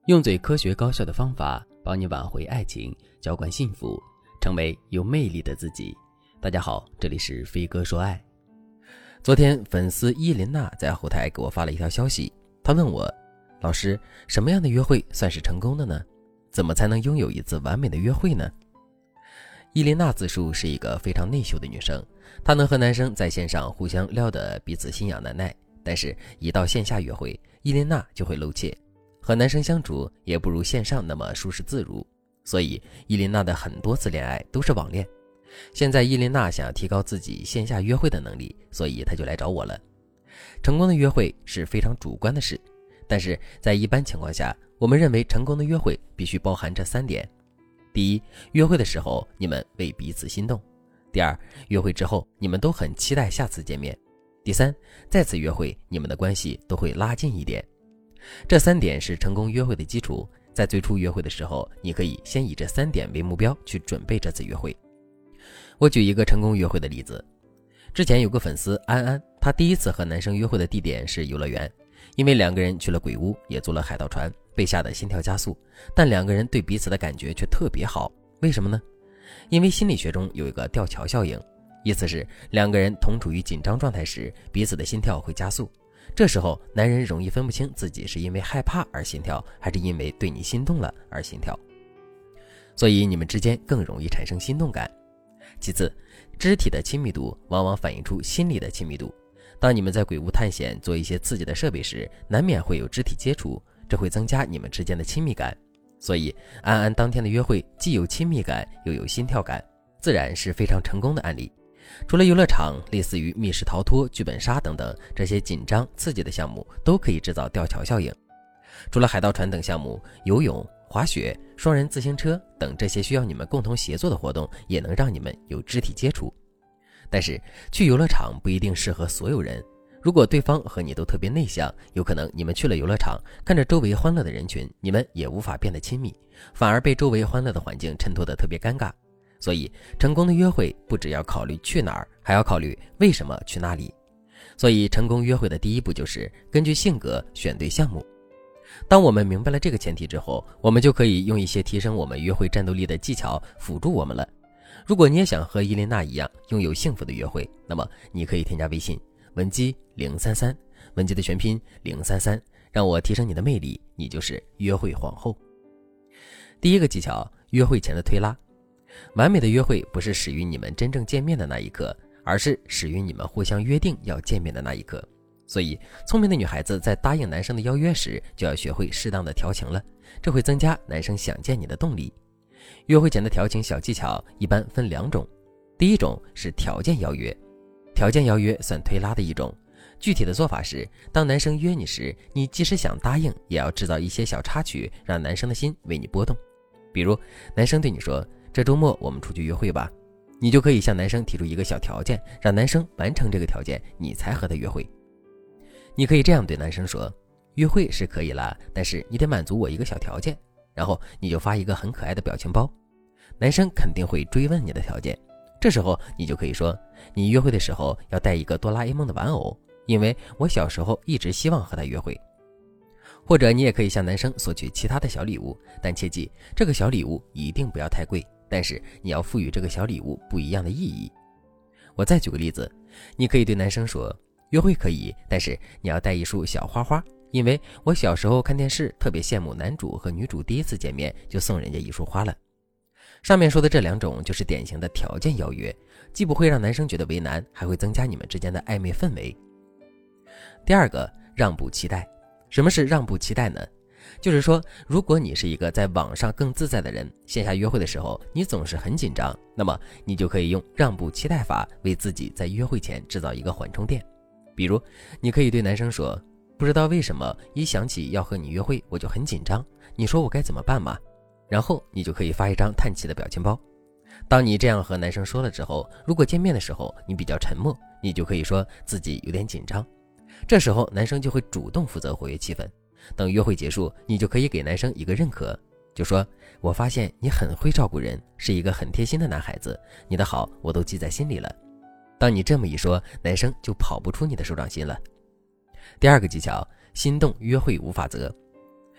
用最科学高效的方法帮你挽回爱情，浇灌幸福，成为有魅力的自己。大家好，这里是飞哥说爱。昨天粉丝伊琳娜在后台给我发了一条消息，她问我，老师，什么样的约会算是成功的呢？怎么才能拥有一次完美的约会呢？伊琳娜自述是一个非常内秀的女生，她能和男生在线上互相撩得彼此心痒难耐，但是一到线下约会，伊琳娜就会露怯，和男生相处也不如线上那么舒适自如，所以伊琳娜的很多次恋爱都是网恋。现在伊琳娜想要提高自己线下约会的能力，所以她就来找我了。成功的约会是非常主观的事，但是在一般情况下，我们认为成功的约会必须包含这3点。第一，约会的时候你们为彼此心动；第二，约会之后你们都很期待下次见面；第三，再次约会你们的关系都会拉近一点。这3点是成功约会的基础，在最初约会的时候，你可以先以这3点为目标去准备这次约会。我举一个成功约会的例子，之前有个粉丝安安，她第一次和男生约会的地点是游乐园，因为2个人去了鬼屋，也坐了海盗船，被吓得心跳加速，但2个人对彼此的感觉却特别好。为什么呢？因为心理学中有一个吊桥效应，意思是2个人同处于紧张状态时，彼此的心跳会加速，这时候男人容易分不清自己是因为害怕而心跳，还是因为对你心动了而心跳，所以你们之间更容易产生心动感。其次，肢体的亲密度往往反映出心理的亲密度。当你们在鬼屋探险做一些刺激的设备时，难免会有肢体接触，这会增加你们之间的亲密感。所以安安当天的约会既有亲密感又有心跳感，自然是非常成功的案例。除了游乐场，类似于密室逃脱、剧本杀等等这些紧张刺激的项目都可以制造吊桥效应。除了海盗船等项目，游泳、滑雪、双人自行车等这些需要你们共同协作的活动也能让你们有肢体接触。但是去游乐场不一定适合所有人，如果对方和你都特别内向，有可能你们去了游乐场，看着周围欢乐的人群，你们也无法变得亲密，反而被周围欢乐的环境衬托得特别尴尬。所以成功的约会不只要考虑去哪儿，还要考虑为什么去那里。所以成功约会的第一步就是根据性格选对项目。当我们明白了这个前提之后，我们就可以用一些提升我们约会战斗力的技巧辅助我们了。如果你也想和伊琳娜一样拥有幸福的约会，那么你可以添加微信文姬033，文姬的全拼033，让我提升你的魅力，你就是约会皇后。第一个技巧，约会前的推拉。完美的约会不是始于你们真正见面的那一刻，而是始于你们互相约定要见面的那一刻。所以聪明的女孩子在答应男生的邀约时，就要学会适当的调情了，这会增加男生想见你的动力。约会前的调情小技巧一般分2种，第一种是条件邀约。条件邀约算推拉的一种，具体的做法是，当男生约你时，你即使想答应，也要制造一些小插曲，让男生的心为你波动。比如男生对你说，这周末我们出去约会吧，你就可以向男生提出一个小条件，让男生完成这个条件，你才和他约会。你可以这样对男生说，约会是可以啦，但是你得满足我一个小条件，然后你就发一个很可爱的表情包。男生肯定会追问你的条件，这时候你就可以说，你约会的时候要带一个哆啦 A 梦的玩偶，因为我小时候一直希望和他约会。或者你也可以向男生索取其他的小礼物，但切记这个小礼物一定不要太贵，但是你要赋予这个小礼物不一样的意义。我再举个例子，你可以对男生说，约会可以，但是你要带一束小花花，因为我小时候看电视特别羡慕男主和女主第一次见面就送人家一束花了。上面说的这2种就是典型的条件邀约，既不会让男生觉得为难，还会增加你们之间的暧昧氛围。第二个，让步期待。什么是让步期待呢？就是说，如果你是一个在网上更自在的人，线下约会的时候你总是很紧张，那么你就可以用让步期待法为自己在约会前制造一个缓冲垫。比如你可以对男生说，不知道为什么一想起要和你约会我就很紧张，你说我该怎么办吗？然后你就可以发一张叹气的表情包。当你这样和男生说了之后，如果见面的时候你比较沉默，你就可以说自己有点紧张，这时候男生就会主动负责活跃气氛。等约会结束，你就可以给男生一个认可，就说，我发现你很会照顾人，是一个很贴心的男孩子，你的好我都记在心里了。当你这么一说，男生就跑不出你的手掌心了。第二个技巧，心动约会无法则。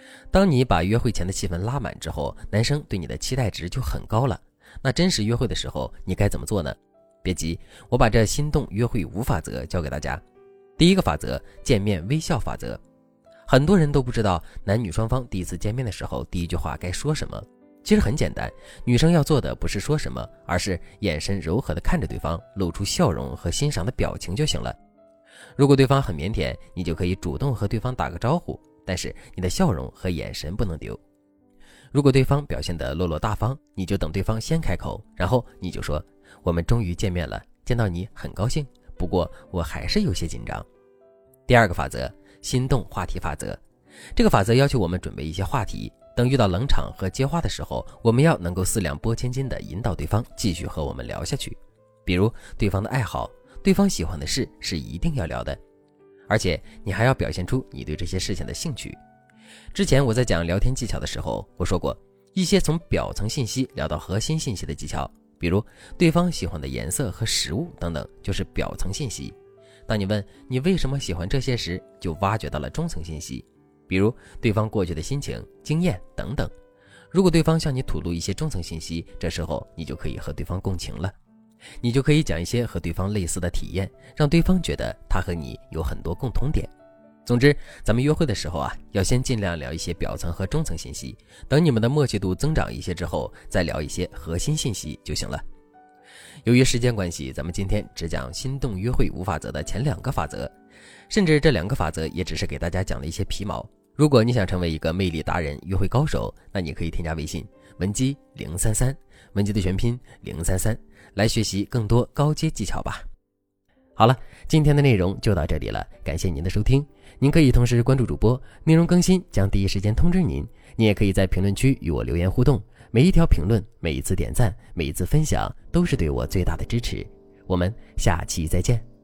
当你把约会前的气氛拉满之后，男生对你的期待值就很高了。那真实约会的时候，你该怎么做呢？别急，我把这心动约会5法则教给大家。第一个法则，见面微笑法则。很多人都不知道男女双方第一次见面的时候，第一句话该说什么。其实很简单，女生要做的不是说什么，而是眼神柔和地看着对方，露出笑容和欣赏的表情就行了。如果对方很腼腆，你就可以主动和对方打个招呼，但是你的笑容和眼神不能丢。如果对方表现得落落大方，你就等对方先开口，然后你就说，我们终于见面了，见到你很高兴，不过我还是有些紧张。第二个法则，心动话题法则。这个法则要求我们准备一些话题，等遇到冷场和接话的时候，我们要能够4两拨千斤地引导对方继续和我们聊下去。比如对方的爱好，对方喜欢的事是一定要聊的，而且你还要表现出你对这些事情的兴趣。之前我在讲聊天技巧的时候，我说过一些从表层信息聊到核心信息的技巧，比如对方喜欢的颜色和食物等等，就是表层信息。当你问你为什么喜欢这些时，就挖掘到了中层信息，比如对方过去的心情、经验等等。如果对方向你吐露一些中层信息，这时候你就可以和对方共情了，你就可以讲一些和对方类似的体验，让对方觉得他和你有很多共同点。总之，咱们约会的时候要先尽量聊一些表层和中层信息，等你们的默契度增长一些之后，再聊一些核心信息就行了。由于时间关系，咱们今天只讲心动约会5法则的前2个法则，甚至这2个法则也只是给大家讲了一些皮毛。如果你想成为一个魅力达人、约会高手，那你可以添加微信文姬033，文姬的全拼033，来学习更多高阶技巧吧。好了，今天的内容就到这里了，感谢您的收听。您可以同时关注主播，内容更新将第一时间通知您。你也可以在评论区与我留言互动，每一条评论、每一次点赞、每一次分享都是对我最大的支持。我们下期再见。